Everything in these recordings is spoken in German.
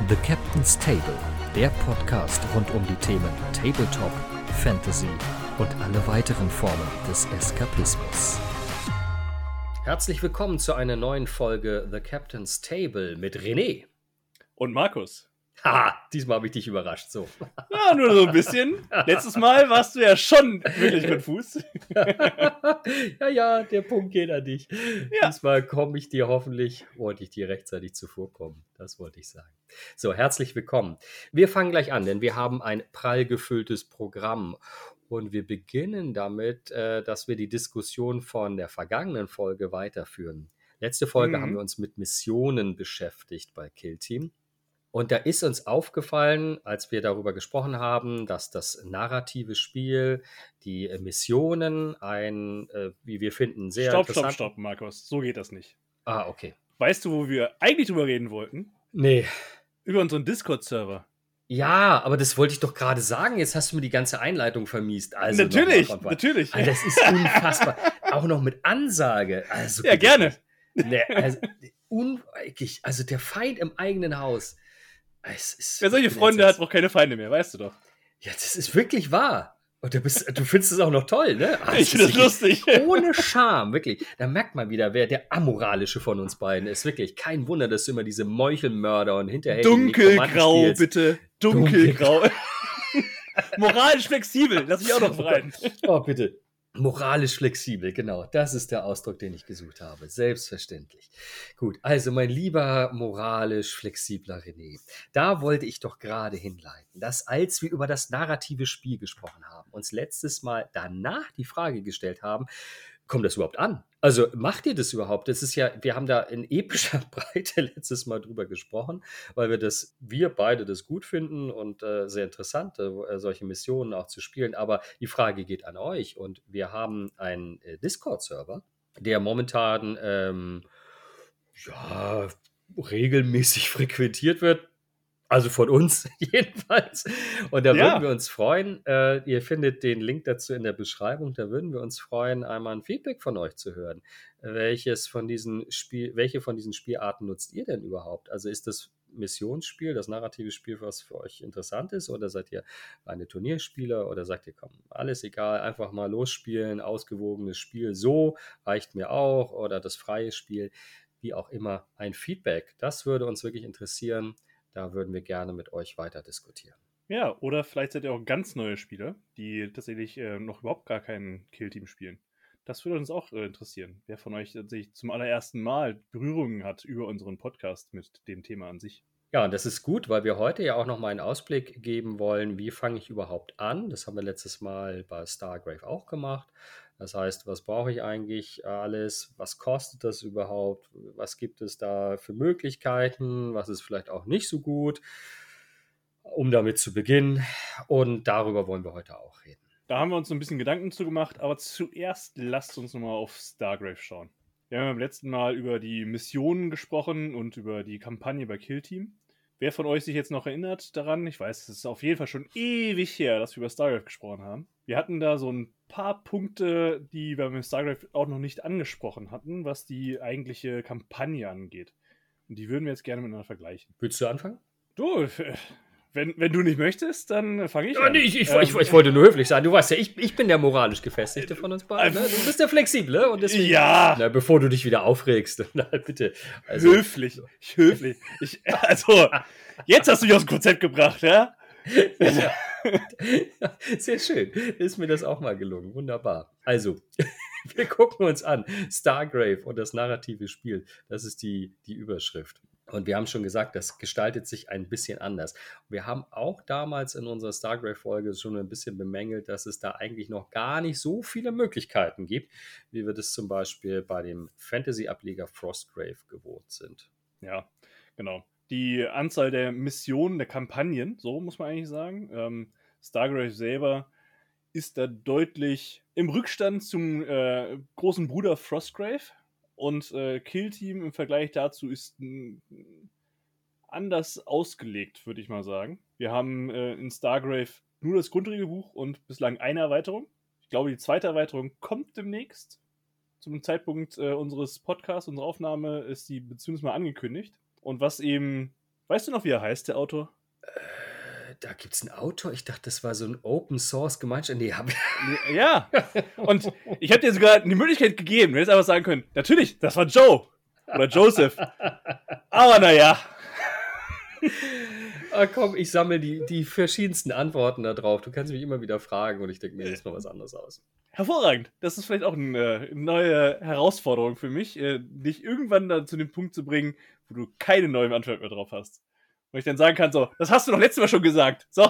The Captain's Table, der Podcast rund um die Themen Tabletop, Fantasy und alle weiteren Formen des Eskapismus. Herzlich willkommen zu einer neuen Folge The Captain's Table mit René. Und Markus. Haha, diesmal habe ich dich überrascht, so. Ja, nur so ein bisschen. Letztes Mal warst du ja schon wirklich konfus. Ja, der Punkt geht an dich. Ja. Diesmal wollte ich dir rechtzeitig zuvorkommen. Das wollte ich sagen. So, herzlich willkommen. Wir fangen gleich an, denn wir haben ein prall gefülltes Programm. Und wir beginnen damit, dass wir die Diskussion von der vergangenen Folge weiterführen. Letzte Folge haben wir uns mit Missionen beschäftigt bei Kill Team. Und da ist uns aufgefallen, als wir darüber gesprochen haben, dass das narrative Spiel, die Missionen, wie wir finden, sehr interessant... Stopp, Markus. So geht das nicht. Ah, okay. Weißt du, wo wir eigentlich drüber reden wollten? Nee. Über unseren Discord-Server. Ja, aber das wollte ich doch gerade sagen. Jetzt hast du mir die ganze Einleitung vermiest. Also natürlich. Also, das ist unfassbar. Auch noch mit Ansage. Also, ja, gerne. Nee, also, also der Feind im eigenen Haus. Wer solche Freunde hat, braucht keine Feinde mehr, weißt du doch. Ja, das ist wirklich wahr. Und du findest es auch noch toll, ne? Ich finde das lustig. Ohne Scham, wirklich. Da merkt man wieder, wer der Amoralische von uns beiden ist. Wirklich, kein Wunder, dass du immer diese Meuchelmörder und hinterher Dunkelgrau, bitte. Dunkelgrau. Moralisch flexibel, lass mich auch noch rein. Oh, bitte. Moralisch flexibel, genau. Das ist der Ausdruck, den ich gesucht habe. Selbstverständlich. Gut, also mein lieber moralisch flexibler René, da wollte ich doch gerade hinleiten, dass als wir über das narrative Spiel gesprochen haben, uns letztes Mal danach die Frage gestellt haben, kommt das überhaupt an? Also macht ihr das überhaupt? Das ist ja, wir haben da in epischer Breite letztes Mal drüber gesprochen, weil wir beide das gut finden und sehr interessant, solche Missionen auch zu spielen. Aber die Frage geht an euch und wir haben einen Discord-Server, der momentan regelmäßig frequentiert wird. Also von uns jedenfalls. Und da würden wir uns freuen. Ihr findet den Link dazu in der Beschreibung. Da würden wir uns freuen, einmal ein Feedback von euch zu hören. Welche von diesen Spielarten nutzt ihr denn überhaupt? Also ist das Missionsspiel, das narrative Spiel, was für euch interessant ist? Oder seid ihr eine Turnierspieler? Oder sagt ihr, komm, alles egal, einfach mal losspielen, ausgewogenes Spiel, so reicht mir auch. Oder das freie Spiel, wie auch immer, ein Feedback. Das würde uns wirklich interessieren. Da würden wir gerne mit euch weiter diskutieren. Ja, oder vielleicht seid ihr auch ganz neue Spieler, die tatsächlich noch überhaupt gar kein Kill-Team spielen. Das würde uns auch interessieren. Wer von euch tatsächlich zum allerersten Mal Berührungen hat über unseren Podcast mit dem Thema an sich. Ja, und das ist gut, weil wir heute ja auch noch mal einen Ausblick geben wollen, wie fange ich überhaupt an. Das haben wir letztes Mal bei Stargrave auch gemacht. Das heißt, was brauche ich eigentlich alles? Was kostet das überhaupt? Was gibt es da für Möglichkeiten? Was ist vielleicht auch nicht so gut, um damit zu beginnen? Und darüber wollen wir heute auch reden. Da haben wir uns ein bisschen Gedanken zu gemacht, aber zuerst lasst uns nochmal auf Stargrave schauen. Wir haben beim letzten Mal über die Missionen gesprochen und über die Kampagne bei Kill Team. Wer von euch sich jetzt noch erinnert daran, ich weiß, es ist auf jeden Fall schon ewig her, dass wir über Stargrave gesprochen haben. Wir hatten da so ein paar Punkte, die wir mit Stargrave auch noch nicht angesprochen hatten, was die eigentliche Kampagne angeht. Und die würden wir jetzt gerne miteinander vergleichen. Willst du anfangen? Du, wenn du nicht möchtest, dann fange ich an. an. Ich wollte nur höflich sein. Du weißt ja, ich bin der moralisch Gefestigte von uns beiden. Ne? Du bist der Flexible. Und deswegen, ja. Na, bevor du dich wieder aufregst. Na, bitte. Also, höflich. Also, jetzt hast du mich aus dem Konzept gebracht, ja? Ja. Sehr schön. Ist mir das auch mal gelungen. Wunderbar. Also, wir gucken uns an. Stargrave und das narrative Spiel. Das ist die Überschrift. Und wir haben schon gesagt, das gestaltet sich ein bisschen anders. Wir haben auch damals in unserer Stargrave-Folge schon ein bisschen bemängelt, dass es da eigentlich noch gar nicht so viele Möglichkeiten gibt, wie wir das zum Beispiel bei dem Fantasy-Ableger Frostgrave gewohnt sind. Ja, genau. Die Anzahl der Missionen, der Kampagnen, so muss man eigentlich sagen. Stargrave selber ist da deutlich im Rückstand zum großen Bruder Frostgrave. Und Kill Team im Vergleich dazu ist anders ausgelegt, würde ich mal sagen. Wir haben in Stargrave nur das Grundregelbuch und bislang eine Erweiterung. Ich glaube, die zweite Erweiterung kommt demnächst. Zum Zeitpunkt unseres Podcasts, unserer Aufnahme, ist die zumindest mal angekündigt. Und was eben Weißt du noch, wie er heißt, der Autor? Da gibt es einen Autor. Ich dachte, das war so ein Open-Source-Gemeinschaft. Nee, Ja, und ich habe dir sogar die Möglichkeit gegeben, du hättest einfach sagen können, natürlich, das war Joe oder Joseph. Aber naja. Komm, ich sammle die verschiedensten Antworten da drauf. Du kannst mich immer wieder fragen und ich denke mir jedes Mal was anderes aus. Hervorragend. Das ist vielleicht auch eine neue Herausforderung für mich, dich irgendwann dann zu dem Punkt zu bringen, wo du keine neuen Antworten mehr drauf hast. Wo ich dann sagen kann, so, das hast du doch letztes Mal schon gesagt. So.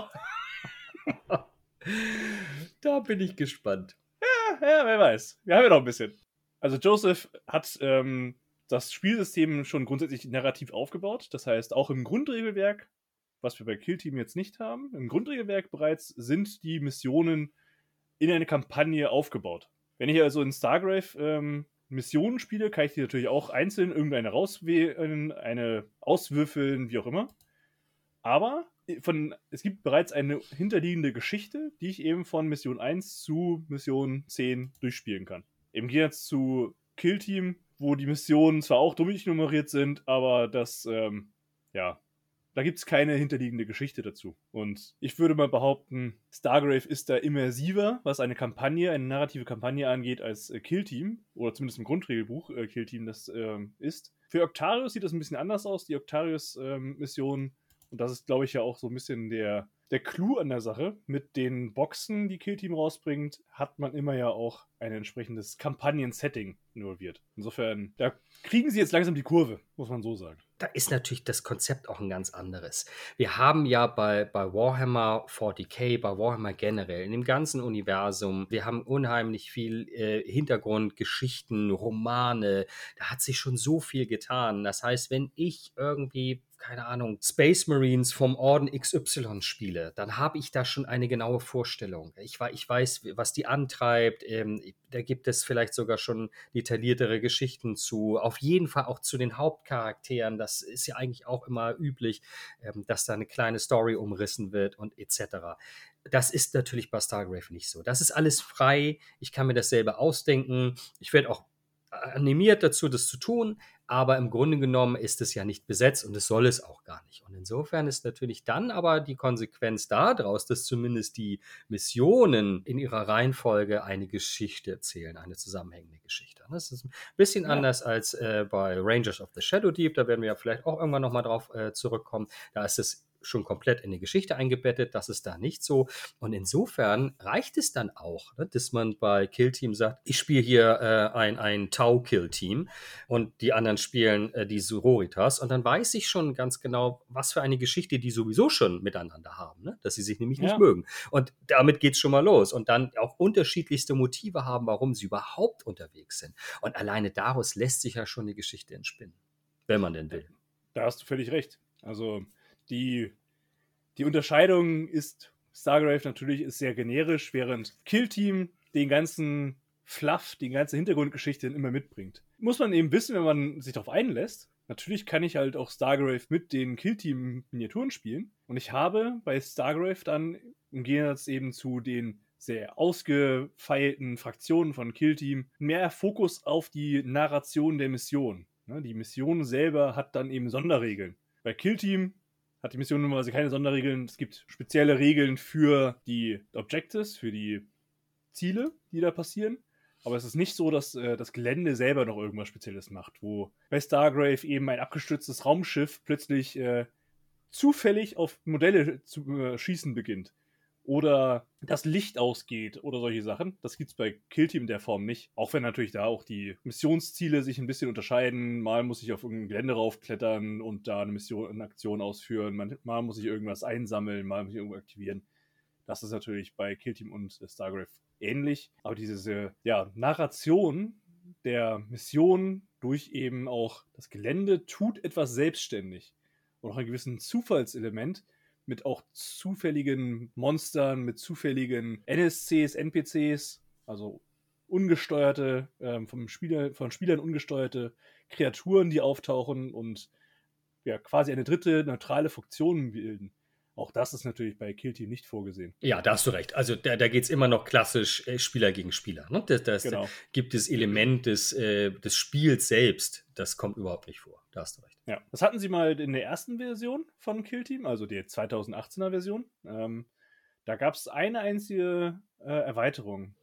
Da bin ich gespannt. Ja, wer weiß. Wir haben ja noch ein bisschen. Also Joseph hat das Spielsystem schon grundsätzlich narrativ aufgebaut. Das heißt, auch im Grundregelwerk, was wir bei Kill Team jetzt nicht haben, im Grundregelwerk bereits sind die Missionen in eine Kampagne aufgebaut. Wenn ich also in Stargrave Missionen spiele, kann ich die natürlich auch einzeln irgendeine rauswählen, eine auswürfeln, wie auch immer. Aber es gibt bereits eine hinterliegende Geschichte, die ich eben von Mission 1 zu Mission 10 durchspielen kann. Im Gegensatz zu Kill Team, wo die Missionen zwar auch durchnummeriert sind, aber das, da gibt es keine hinterliegende Geschichte dazu. Und ich würde mal behaupten, Stargrave ist da immersiver, was eine narrative Kampagne angeht, als Kill Team, oder zumindest im Grundregelbuch Kill Team das ist. Für Octarius sieht das ein bisschen anders aus. Die Octarius-Mission, und das ist, glaube ich, ja auch so ein bisschen der Clou an der Sache. Mit den Boxen, die Kill Team rausbringt, hat man immer ja auch ein entsprechendes Kampagnen-Setting involviert. Insofern, da kriegen sie jetzt langsam die Kurve, muss man so sagen. Da ist natürlich das Konzept auch ein ganz anderes. Wir haben ja bei Warhammer 40k, bei Warhammer generell, in dem ganzen Universum, wir haben unheimlich viel Hintergrund, Geschichten, Romane. Da hat sich schon so viel getan. Das heißt, wenn ich irgendwie, keine Ahnung, Space Marines vom Orden XY spiele, dann habe ich da schon eine genaue Vorstellung. Ich weiß, was die antreibt. Da gibt es vielleicht sogar schon detailliertere Geschichten zu. Auf jeden Fall auch zu den Hauptcharakteren. Das ist ja eigentlich auch immer üblich, dass da eine kleine Story umrissen wird und etc. Das ist natürlich bei Stargrave nicht so. Das ist alles frei. Ich kann mir das selber ausdenken. Ich werde auch animiert dazu, das zu tun, aber im Grunde genommen ist es ja nicht besetzt und es soll es auch gar nicht. Und insofern ist natürlich dann aber die Konsequenz daraus, dass zumindest die Missionen in ihrer Reihenfolge eine Geschichte erzählen, eine zusammenhängende Geschichte. Das ist ein bisschen anders als bei Rangers of the Shadow Deep, da werden wir ja vielleicht auch irgendwann nochmal drauf zurückkommen. Da ist es schon komplett in die Geschichte eingebettet, das ist da nicht so. Und insofern reicht es dann auch, ne, dass man bei Kill Team sagt, ich spiele hier ein Tau-Kill-Team und die anderen spielen die Sororitas und dann weiß ich schon ganz genau, was für eine Geschichte die sowieso schon miteinander haben, ne? Dass sie sich nämlich nicht mögen. Und damit geht es schon mal los und dann auch unterschiedlichste Motive haben, warum sie überhaupt unterwegs sind. Und alleine daraus lässt sich ja schon eine Geschichte entspinnen, wenn man denn will. Da hast du völlig recht. Also die Unterscheidung ist, Stargrave natürlich ist sehr generisch, während Kill Team den ganzen Fluff, die ganze Hintergrundgeschichte immer mitbringt. Muss man eben wissen, wenn man sich darauf einlässt. Natürlich kann ich halt auch Stargrave mit den Kill Team Miniaturen spielen. Und ich habe bei Stargrave dann im Gegensatz eben zu den sehr ausgefeilten Fraktionen von Kill Team mehr Fokus auf die Narration der Mission. Die Mission selber hat dann eben Sonderregeln. Bei Kill Team hat die Mission normalerweise keine Sonderregeln. Es gibt spezielle Regeln für die Objectives, für die Ziele, die da passieren. Aber es ist nicht so, dass das Gelände selber noch irgendwas Spezielles macht, wo bei Stargrave eben ein abgestürztes Raumschiff plötzlich zufällig auf Modelle zu schießen beginnt. Oder das Licht ausgeht oder solche Sachen. Das gibt es bei Kill Team in der Form nicht. Auch wenn natürlich da auch die Missionsziele sich ein bisschen unterscheiden. Mal muss ich auf irgendein Gelände raufklettern und da eine Aktion ausführen. Mal muss ich irgendwas einsammeln, mal muss ich irgendwo aktivieren. Das ist natürlich bei Kill Team und Stargrave ähnlich. Aber diese Narration der Mission durch eben auch das Gelände tut etwas selbstständig. Und auch ein gewissen Zufallselement mit auch zufälligen Monstern, mit zufälligen NSCs, NPCs, also ungesteuerte, von Spielern ungesteuerte Kreaturen, die auftauchen und ja quasi eine dritte neutrale Funktion bilden. Auch das ist natürlich bei Kill Team nicht vorgesehen. Ja, da hast du recht. Also da geht es immer noch klassisch Spieler gegen Spieler. Ne? Genau. Gibt es Element des Spiels selbst, das kommt überhaupt nicht vor. Da hast du recht. Ja, das hatten sie mal in der ersten Version von Kill Team, also die 2018er Version. Da gab es eine einzige Erweiterung.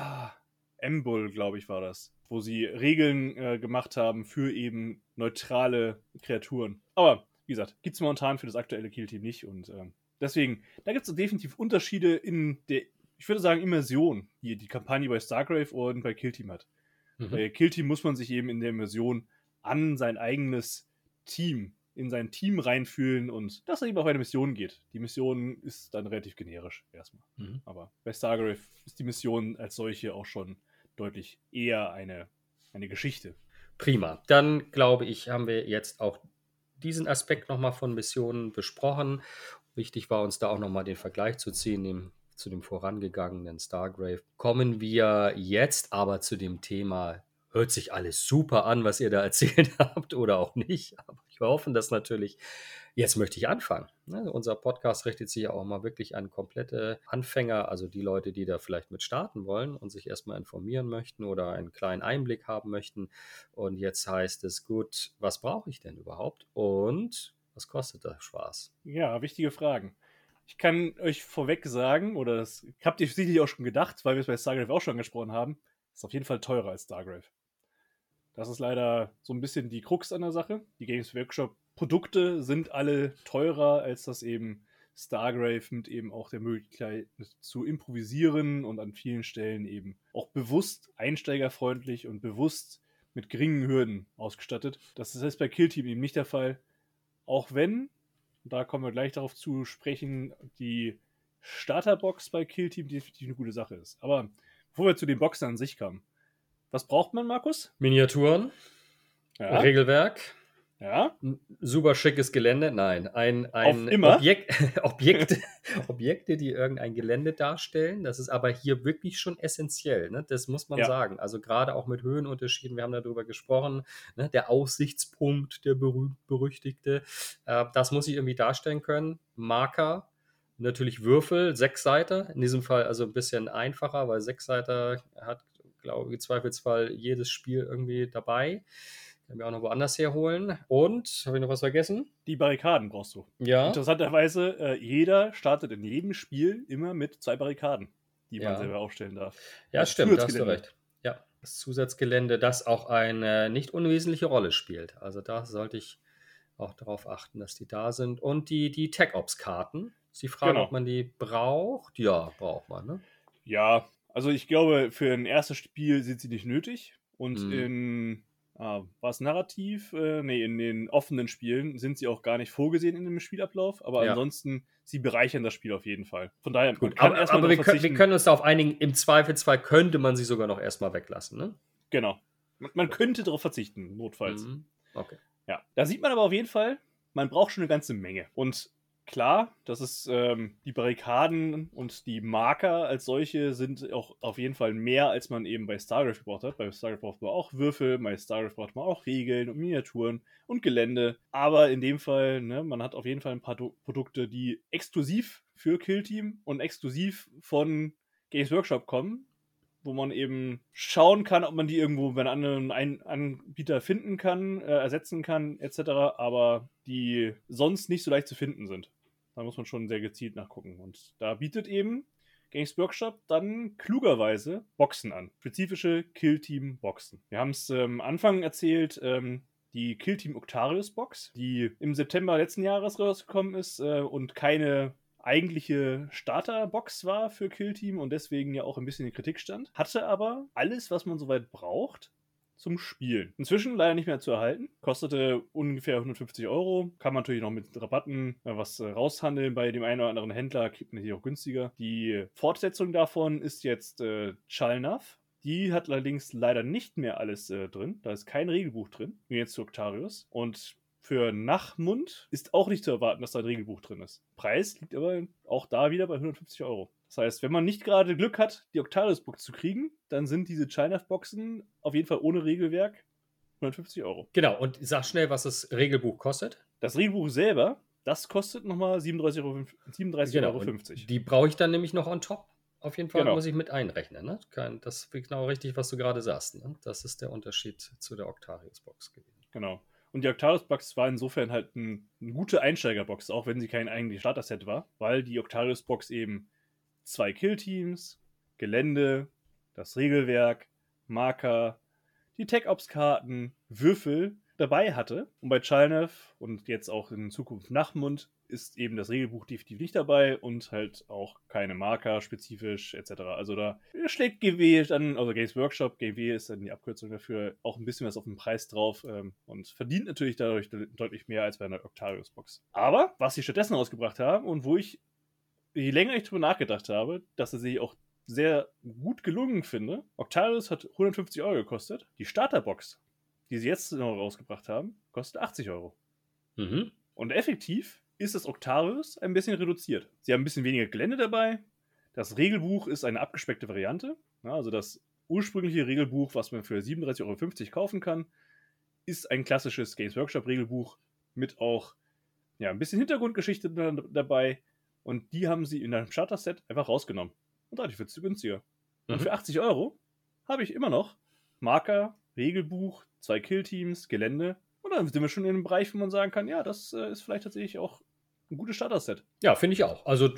M-Bull, glaube ich, war das. Wo sie Regeln gemacht haben für eben neutrale Kreaturen. Aber, wie gesagt, gibt es momentan für das aktuelle Kill Team nicht. Und deswegen, da gibt es definitiv Unterschiede in der, ich würde sagen, Immersion, die die Kampagne bei Stargrave und bei Kill Team hat. Bei Kill Team muss man sich eben in der Immersion an sein eigenes Team, in sein Team reinfühlen und dass er eben auf eine Mission geht. Die Mission ist dann relativ generisch erstmal. Aber bei Stargrave ist die Mission als solche auch schon deutlich eher eine Geschichte. Prima. Dann glaube ich, haben wir jetzt auch diesen Aspekt nochmal von Missionen besprochen. Wichtig war uns da auch nochmal den Vergleich zu ziehen, zu dem vorangegangenen Stargrave. Kommen wir jetzt aber zu dem Thema, hört sich alles super an, was ihr da erzählt habt oder auch nicht, aber wir hoffen das natürlich. Jetzt möchte ich anfangen. Unser Podcast richtet sich ja auch mal wirklich an komplette Anfänger, also die Leute, die da vielleicht mit starten wollen und sich erstmal informieren möchten oder einen kleinen Einblick haben möchten. Und jetzt heißt es, gut, was brauche ich denn überhaupt und was kostet der Spaß? Ja, wichtige Fragen. Ich kann euch vorweg sagen, oder das habt ihr sicherlich auch schon gedacht, weil wir es bei Stargrave auch schon angesprochen haben, ist auf jeden Fall teurer als Stargrave. Das ist leider so ein bisschen die Krux an der Sache. Die Games Workshop Produkte sind alle teurer als das eben Stargrave mit eben auch der Möglichkeit zu improvisieren und an vielen Stellen eben auch bewusst einsteigerfreundlich und bewusst mit geringen Hürden ausgestattet. Das ist bei Kill Team eben nicht der Fall. Auch wenn, da kommen wir gleich darauf zu sprechen, die Starterbox bei Kill Team definitiv eine gute Sache ist. Aber bevor wir zu den Boxen an sich kommen, was braucht man, Markus? Miniaturen, Ja. Regelwerk, Ja. super schickes Gelände. Nein, ein immer. Objekte, die irgendein Gelände darstellen. Das ist aber hier wirklich schon essentiell. Ne? Das muss man sagen. Also gerade auch mit Höhenunterschieden, wir haben darüber gesprochen, ne? Der Aussichtspunkt, der berüchtigte, das muss ich irgendwie darstellen können. Marker, natürlich Würfel, Sechsseiter. In diesem Fall also ein bisschen einfacher, weil Sechsseiter hat, glaube ich, im Zweifelsfall jedes Spiel irgendwie dabei. Können wir auch noch woanders herholen. Und, habe ich noch was vergessen? Die Barrikaden brauchst du. Ja. Interessanterweise, jeder startet in jedem Spiel immer mit 2 Barrikaden, die man selber aufstellen darf. Ja, das stimmt, da hast du recht. Ja, das Zusatzgelände, das auch eine nicht unwesentliche Rolle spielt. Also da sollte ich auch darauf achten, dass die da sind. Und die Tech-Ops-Karten. Ist die Frage, ob man die braucht? Ja, braucht man, ne? Ja, also ich glaube, für ein erstes Spiel sind sie nicht nötig. Und in war es narrativ? In den offenen Spielen sind sie auch gar nicht vorgesehen in dem Spielablauf, aber ansonsten, sie bereichern das Spiel auf jeden Fall. Von daher, gut, aber wir können uns darauf einigen, im Zweifelsfall könnte man sie sogar noch erstmal weglassen, ne? Genau. Man könnte darauf verzichten, notfalls. Okay. Ja, da sieht man aber auf jeden Fall, man braucht schon eine ganze Menge. Und klar, das ist die Barrikaden und die Marker als solche sind auch auf jeden Fall mehr, als man eben bei Stargrave gebraucht hat. Bei Stargrave braucht man auch Würfel, bei Stargrave braucht man auch Regeln und Miniaturen und Gelände. Aber in dem Fall, ne, man hat auf jeden Fall ein paar Produkte, die exklusiv für Kill Team und exklusiv von Games Workshop kommen, wo man eben schauen kann, ob man die irgendwo bei einem anderen Anbieter finden kann, ersetzen kann, etc., aber die sonst nicht so leicht zu finden sind. Da muss man schon sehr gezielt nachgucken. Und da bietet eben Games Workshop dann klugerweise Boxen an. Spezifische Kill-Team-Boxen. Wir haben es am Anfang erzählt, die Kill-Team Octarius Box, die im September letzten Jahres rausgekommen ist und keine eigentliche Starterbox war für Kill Team und deswegen ja auch ein bisschen in Kritik stand. Hatte aber alles, was man soweit braucht zum Spielen. Inzwischen leider nicht mehr zu erhalten. Kostete ungefähr 150 €. Kann man natürlich noch mit Rabatten was raushandeln bei dem einen oder anderen Händler. Kriegt man hier auch günstiger. Die Fortsetzung davon ist jetzt Chalnav. Die hat allerdings leider nicht mehr alles drin. Da ist kein Regelbuch drin, wie jetzt zu Octarius. Und für Nachmund ist auch nicht zu erwarten, dass da ein Regelbuch drin ist. Preis liegt aber auch da wieder bei 150 €. Das heißt, wenn man nicht gerade Glück hat, die Octarius-Box zu kriegen, dann sind diese Chalnav-Boxen auf jeden Fall ohne Regelwerk 150 €. Genau, und sag schnell, was das Regelbuch kostet. Das Regelbuch selber Das kostet nochmal 37,50 Genau, Euro. und die brauche ich dann nämlich noch on top. Auf jeden Fall Genau. muss ich mit einrechnen. Ne? Das ist genau richtig, was du gerade sagst. Ne? Das ist der Unterschied zu der Octarius-Box gewesen. Genau. Und die Octarius-Box war insofern halt eine gute Einsteigerbox, auch wenn sie kein eigentliches Starter-Set war, weil die Octarius-Box eben 2 Killteams, Gelände, das Regelwerk, Marker, die Tech-Ops-Karten, Würfel dabei hatte. Und bei Chalnev und jetzt auch in Zukunft Nachmund ist eben das Regelbuch definitiv nicht dabei und halt auch keine Marker spezifisch etc. Also da schlägt GW dann, also Games Workshop, GW ist dann die Abkürzung dafür, auch ein bisschen was auf den Preis drauf und verdient natürlich dadurch deutlich mehr als bei einer Octarius-Box. Aber was sie stattdessen rausgebracht haben und wo ich, je länger ich drüber nachgedacht habe, dass er sich auch sehr gut gelungen finde. Octarius hat 150 Euro gekostet. Die Starterbox, die sie jetzt noch rausgebracht haben, kostet 80 Euro. Mhm. Und effektiv ist das Octarius ein bisschen reduziert. Sie haben ein bisschen weniger Gelände dabei. Das Regelbuch ist eine abgespeckte Variante. Also das ursprüngliche Regelbuch, was man für 37,50 Euro kaufen kann, ist ein klassisches Games Workshop Regelbuch mit auch ein bisschen Hintergrundgeschichte dabei. Und die haben sie in einem Starter-Set einfach rausgenommen. Und dadurch wird es günstiger. Und für 80 Euro habe ich immer noch Marker, Regelbuch, 2 Killteams, Gelände. Und dann sind wir schon in einem Bereich, wo man sagen kann, ja, das ist vielleicht tatsächlich auch ein gutes Starter-Set. Ja, finde ich auch. Also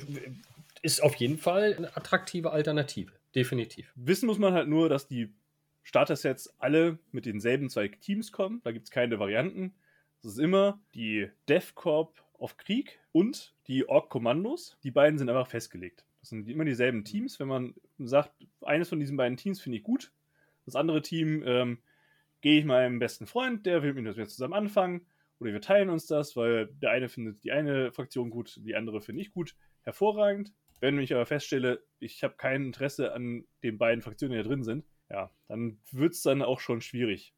ist auf jeden Fall eine attraktive Alternative. Definitiv. Wissen muss man halt nur, dass die Starter-Sets alle mit denselben 2 Teams kommen. Da gibt es keine Varianten. Das ist immer die Death Corps auf Krieg und die Ork-Kommandos. Die beiden sind einfach festgelegt. Das sind immer dieselben Teams. Wenn man sagt, eines von diesen beiden Teams finde ich gut, das andere Team gehe ich meinem besten Freund, der will mit mir zusammen anfangen, oder wir teilen uns das, weil der eine findet die eine Fraktion gut, die andere finde ich gut, hervorragend. Wenn ich aber feststelle, ich habe kein Interesse an den beiden Fraktionen, die da drin sind, ja, dann wird es dann auch schon schwierig.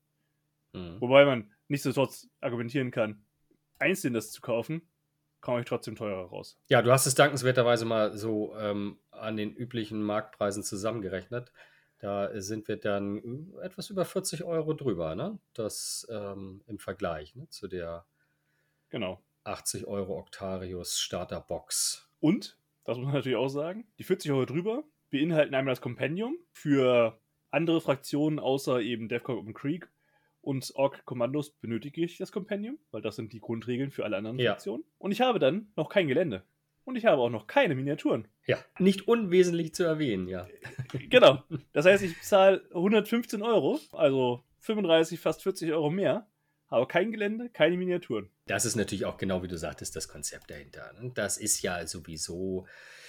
Wobei man nichtsdestotrotz argumentieren kann, einzeln das zu kaufen, komme ich trotzdem teurer raus. Ja, du hast es dankenswerterweise mal so an den üblichen Marktpreisen zusammengerechnet. Da sind wir dann etwas über 40 Euro drüber, ne? Das im Vergleich zu der Genau. 80 Euro Octarius Starterbox. Und, das muss man natürlich auch sagen, die 40 Euro drüber beinhalten einmal das Kompendium für andere Fraktionen außer eben Death Corps und Krieg und Ork-Kommandos benötige ich das Kompendium, weil das sind die Grundregeln für alle anderen Fraktionen. Und ich habe dann noch kein Gelände. Und ich habe auch noch keine Miniaturen. Ja, nicht unwesentlich zu erwähnen, ja. Genau. Das heißt, ich zahle 115 Euro, also 35, fast 40 Euro mehr, habe kein Gelände, keine Miniaturen. Das ist natürlich auch genau, wie du sagtest, das Konzept dahinter. Das ist ja sowieso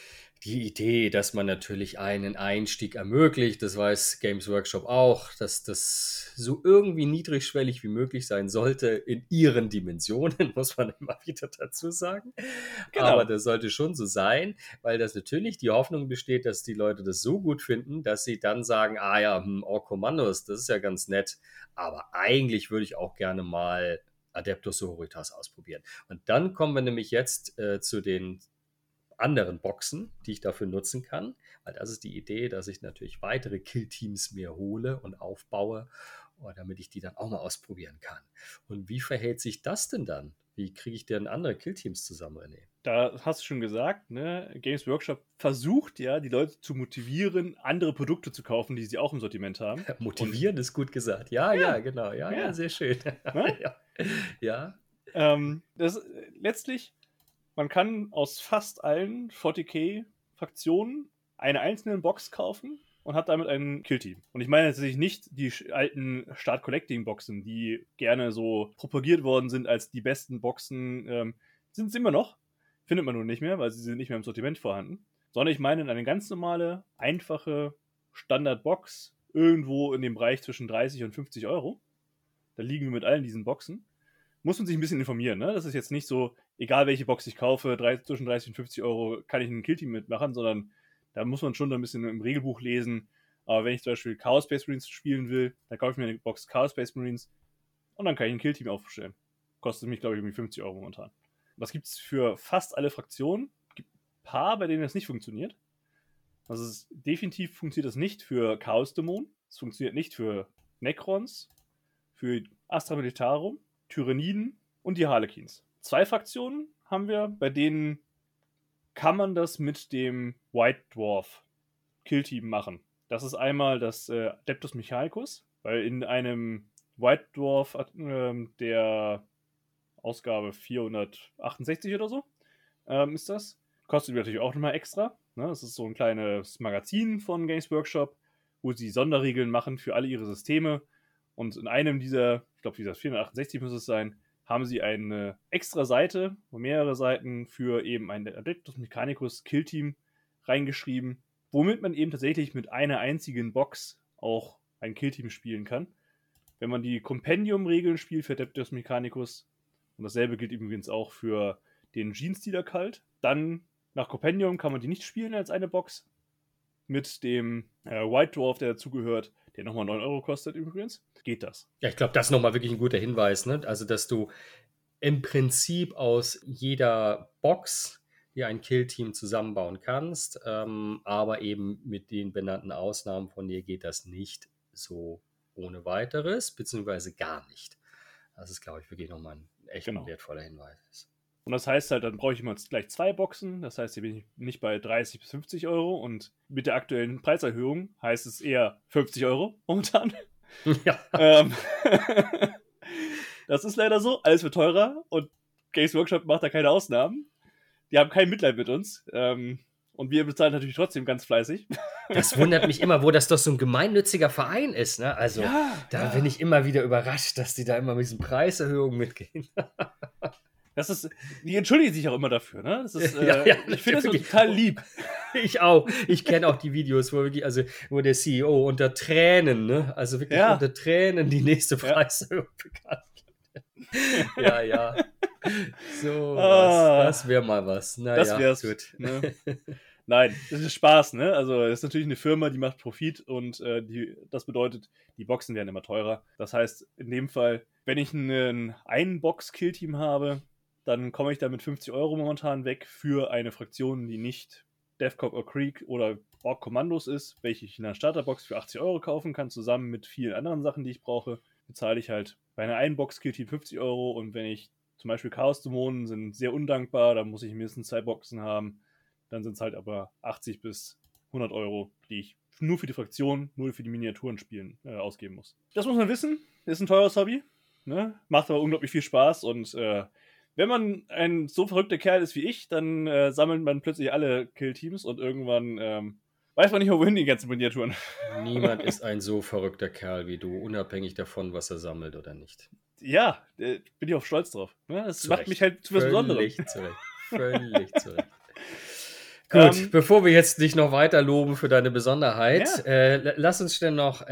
die Idee, dass man natürlich einen Einstieg ermöglicht. Das weiß Games Workshop auch, dass das so irgendwie niedrigschwellig wie möglich sein sollte in ihren Dimensionen, muss man immer wieder dazu sagen. Genau. Aber das sollte schon so sein, weil das natürlich die Hoffnung besteht, dass die Leute das so gut finden, dass sie dann sagen, Kommandos, das ist ja ganz nett, aber eigentlich würde ich auch gerne mal Adeptus Sororitas ausprobieren. Und dann kommen wir nämlich jetzt zu den anderen Boxen, die ich dafür nutzen kann, weil das ist die Idee, dass ich natürlich weitere Killteams mir hole und aufbaue, damit ich die dann auch mal ausprobieren kann. Und wie verhält sich das denn dann? Wie kriege ich denn andere Killteams zusammen, René? Da hast du schon gesagt, ne? Games Workshop versucht ja, die Leute zu motivieren, andere Produkte zu kaufen, die sie auch im Sortiment haben. Motivieren ist gut gesagt. Ja, genau. Ja, sehr schön. Ne? Ja. Letztlich, man kann aus fast allen 40k-Fraktionen eine einzelne Box kaufen und hat damit ein Killteam. Und ich meine natürlich nicht die alten Start-Collecting-Boxen, die gerne so propagiert worden sind als die besten Boxen. Sind sie immer noch, findet man nun nicht mehr, weil sie sind nicht mehr im Sortiment vorhanden. Sondern ich meine eine ganz normale, einfache Standard-Box irgendwo in dem Bereich zwischen 30 und 50 Euro. Da liegen wir mit allen diesen Boxen. Muss man sich ein bisschen informieren, ne? Das ist jetzt nicht so, egal welche Box ich kaufe, zwischen 30 und 50 Euro kann ich ein Killteam mitmachen, sondern da muss man schon ein bisschen im Regelbuch lesen. Aber wenn ich zum Beispiel Chaos Space Marines spielen will, dann kaufe ich mir eine Box Chaos Space Marines und dann kann ich ein Killteam aufstellen. Kostet mich, glaube ich, irgendwie 50 Euro momentan. Das gibt es für fast alle Fraktionen. Es gibt ein paar, bei denen das nicht funktioniert. Also definitiv funktioniert das nicht für Chaos-Dämonen. Es funktioniert nicht für Necrons, für Astra Militarum, Tyranniden und die Harlequins. 2 Fraktionen haben wir, bei denen kann man das mit dem White Dwarf Killteam machen. Das ist einmal das Adeptus Mechanicus, weil in einem White Dwarf der Ausgabe 468 oder so ist das. Kostet natürlich auch nochmal extra. Ne? Das ist so ein kleines Magazin von Games Workshop, wo sie Sonderregeln machen für alle ihre Systeme. Und in einem dieser, ich glaube, dieser 468 muss es sein, haben sie eine extra Seite, mehrere Seiten für eben ein Adeptus Mechanicus Killteam reingeschrieben, womit man eben tatsächlich mit einer einzigen Box auch ein Killteam spielen kann. Wenn man die Compendium-Regeln spielt für Adeptus Mechanicus, und dasselbe gilt übrigens auch für den Genestealer Cult, dann nach Compendium kann man die nicht spielen als eine Box. Mit dem White Dwarf, der dazugehört, der nochmal 9 Euro kostet übrigens, geht das. Ja, ich glaube, das ist nochmal wirklich ein guter Hinweis, ne? Also, dass du im Prinzip aus jeder Box dir ein Killteam zusammenbauen kannst, aber eben mit den benannten Ausnahmen von dir geht das nicht so ohne weiteres, beziehungsweise gar nicht. Das ist, glaube ich, wirklich nochmal ein echt wertvoller Hinweis. Und das heißt halt, dann brauche ich immer gleich 2 Boxen. Das heißt, hier bin ich nicht bei 30 bis 50 Euro. Und mit der aktuellen Preiserhöhung heißt es eher 50 Euro momentan. Ja. Das ist leider so. Alles wird teurer. Und Games Workshop macht da keine Ausnahmen. Die haben kein Mitleid mit uns. Und wir bezahlen natürlich trotzdem ganz fleißig. Das wundert mich immer, wo das doch so ein gemeinnütziger Verein ist. Ne? Also da bin ich immer wieder überrascht, dass die da immer mit diesen Preiserhöhungen mitgehen. Die entschuldigen sich auch immer dafür, ne? Das ist, ich finde das total lieb. Ich auch. Ich kenne auch die Videos, wo der CEO unter Tränen, ne? Also wirklich unter Tränen die nächste Preiserhöhung bekannt gibt. Ja. So, das wäre mal was. Naja, das wär's. Gut. Ne? Nein, das ist Spaß, ne? Also, das ist natürlich eine Firma, die macht Profit und das bedeutet, die Boxen werden immer teurer. Das heißt, in dem Fall, wenn ich ein Ein-Box-Kill-Team habe, dann komme ich da mit 50 Euro momentan weg für eine Fraktion, die nicht Deathcorp or Creek oder Ork Kommandos ist, welche ich in einer Starterbox für 80 Euro kaufen kann, zusammen mit vielen anderen Sachen, die ich brauche. Bezahle ich halt bei einer Ein-Box-Kill-Team 50 Euro und wenn ich zum Beispiel Chaos-Dämonen sind sehr undankbar, dann muss ich mindestens 2 Boxen haben. Dann sind es halt aber 80 bis 100 Euro, die ich nur für die Fraktion, nur für die Miniaturen spielen ausgeben muss. Das muss man wissen. Ist ein teures Hobby. Ne? Macht aber unglaublich viel Spaß und wenn man ein so verrückter Kerl ist wie ich, dann sammelt man plötzlich alle Killteams und irgendwann weiß man nicht mehr, wohin die ganzen Miniaturen. Niemand ist ein so verrückter Kerl wie du, unabhängig davon, was er sammelt oder nicht. Ja, bin ich auch stolz drauf. Ne? Das macht mich halt zu was Besonderem. Völlig zurecht. Gut, bevor wir jetzt dich noch weiter loben für deine Besonderheit, lass uns schnell noch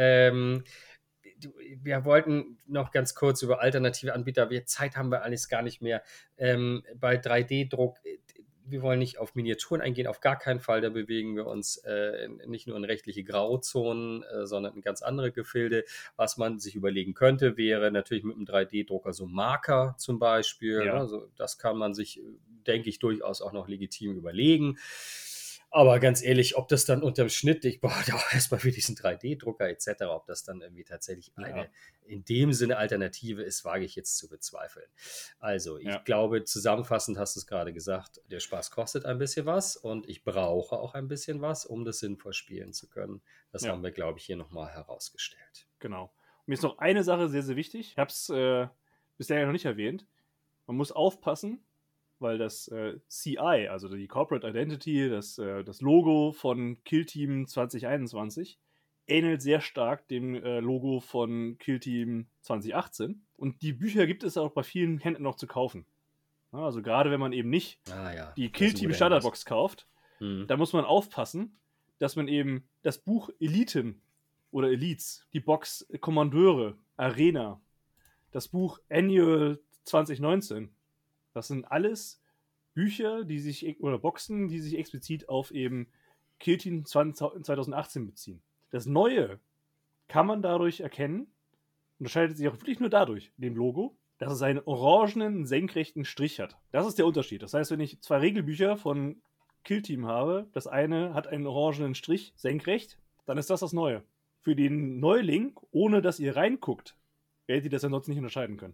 wir wollten noch ganz kurz über alternative Anbieter, Zeit haben wir alles gar nicht mehr. Bei 3D-Druck, wir wollen nicht auf Miniaturen eingehen, auf gar keinen Fall, da bewegen wir uns nicht nur in rechtliche Grauzonen, sondern in ganz andere Gefilde. Was man sich überlegen könnte, wäre natürlich mit einem 3D-Drucker so Marker zum Beispiel. Ja. Also das kann man sich, denke ich, durchaus auch noch legitim überlegen. Aber ganz ehrlich, ob das dann unterm Schnitt, ich brauche auch erstmal für diesen 3D-Drucker etc., ob das dann irgendwie tatsächlich eine in dem Sinne Alternative ist, wage ich jetzt zu bezweifeln. Also ich glaube, zusammenfassend hast du es gerade gesagt, der Spaß kostet ein bisschen was und ich brauche auch ein bisschen was, um das sinnvoll spielen zu können. Das haben wir, glaube ich, hier nochmal herausgestellt. Genau. Und mir ist noch eine Sache sehr, sehr wichtig. Ich habe es bisher ja noch nicht erwähnt. Man muss aufpassen, weil das CI, also die Corporate Identity, das Logo von Killteam 2021, ähnelt sehr stark dem Logo von Killteam 2018. Und die Bücher gibt es auch bei vielen Händlern noch zu kaufen. Ja, also gerade wenn man eben nicht die Killteam Starterbox kauft, da muss man aufpassen, dass man eben das Buch Eliten oder Elites, die Box Kommandeure, Arena, das Buch Annual 2019, das sind alles Bücher, oder Boxen, die sich explizit auf eben Killteam 2018 beziehen. Das Neue kann man dadurch erkennen, unterscheidet sich auch wirklich nur dadurch, dem Logo, dass es einen orangenen, senkrechten Strich hat. Das ist der Unterschied. Das heißt, wenn ich 2 Regelbücher von Killteam habe, das eine hat einen orangenen Strich senkrecht, dann ist das Neue. Für den Neuling, ohne dass ihr reinguckt, werdet ihr das ansonsten nicht unterscheiden können.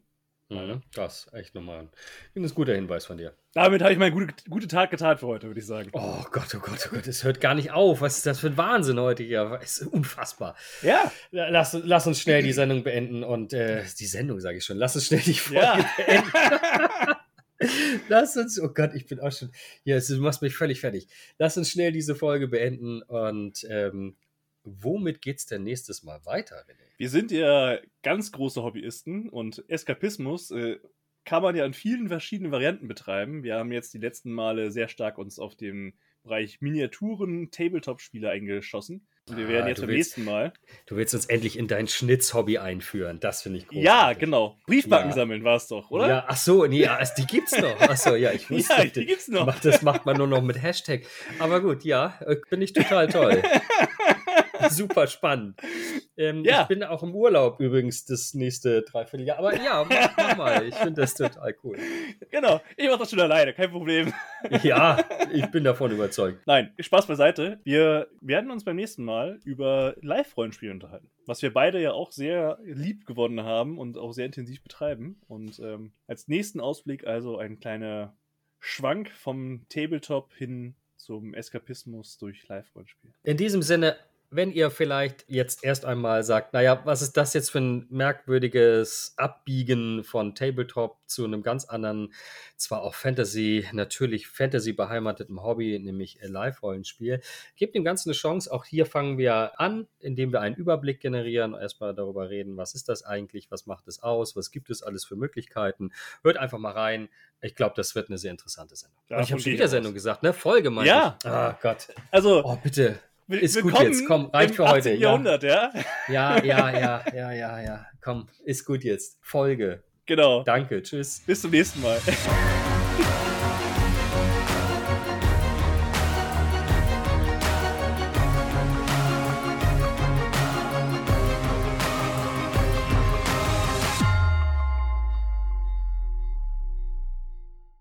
Das echt nochmal ein guter Hinweis von dir. Damit habe ich meine gute Tat getan für heute, würde ich sagen. Oh Gott, oh Gott, oh Gott, es hört gar nicht auf. Was ist das für ein Wahnsinn heute hier? Es ist unfassbar. Ja. Lass uns schnell die Sendung beenden und die Sendung sage ich schon. Lass uns schnell die Folge beenden. Lass uns, oh Gott, ich bin auch schon, du machst mich völlig fertig. Lass uns schnell diese Folge beenden und womit geht's denn nächstes Mal weiter, René? Wir sind ja ganz große Hobbyisten und Eskapismus kann man ja in vielen verschiedenen Varianten betreiben. Wir haben jetzt die letzten Male sehr stark uns auf den Bereich Miniaturen, Tabletop-Spiele eingeschossen. Und wir werden jetzt beim nächsten Mal... Du willst uns endlich in dein Schnitz-Hobby einführen. Das finde ich großartig. Ja, genau. Briefmarken sammeln war es doch, oder? Ja, ach so, nee, die gibt's noch. Ach so, ja, ich wusste. Ja, die gibt's noch. Das macht man nur noch mit Hashtag. Aber gut, ja, finde ich total toll. Super spannend. Ich bin auch im Urlaub übrigens das nächste Dreivierteljahr. Aber ja, mach mal. Ich finde das total cool. Genau, ich mache das schon alleine, kein Problem. Ja, ich bin davon überzeugt. Nein, Spaß beiseite. Wir werden uns beim nächsten Mal über Live-Rollenspiele unterhalten. Was wir beide ja auch sehr lieb gewonnen haben und auch sehr intensiv betreiben. Und als nächsten Ausblick also ein kleiner Schwank vom Tabletop hin zum Eskapismus durch Live-Rollenspiel. In diesem Sinne, wenn ihr vielleicht jetzt erst einmal sagt, naja, was ist das jetzt für ein merkwürdiges Abbiegen von Tabletop zu einem ganz anderen, zwar auch natürlich Fantasy beheimatetem Hobby, nämlich Live-Rollenspiel, gebt dem Ganzen eine Chance. Auch hier fangen wir an, indem wir einen Überblick generieren, erstmal darüber reden, was ist das eigentlich, was macht es aus, was gibt es alles für Möglichkeiten. Hört einfach mal rein. Ich glaube, das wird eine sehr interessante Sendung. Ja, und ich habe schon wieder Sendung gesagt, ne? Folge meine ich. Ah, Gott. Also, oh, bitte. Ist gut jetzt, komm, reicht für heute. Jahrhundert, ja? Ja, komm, ist gut jetzt. Folge. Genau. Danke, tschüss. Bis zum nächsten Mal.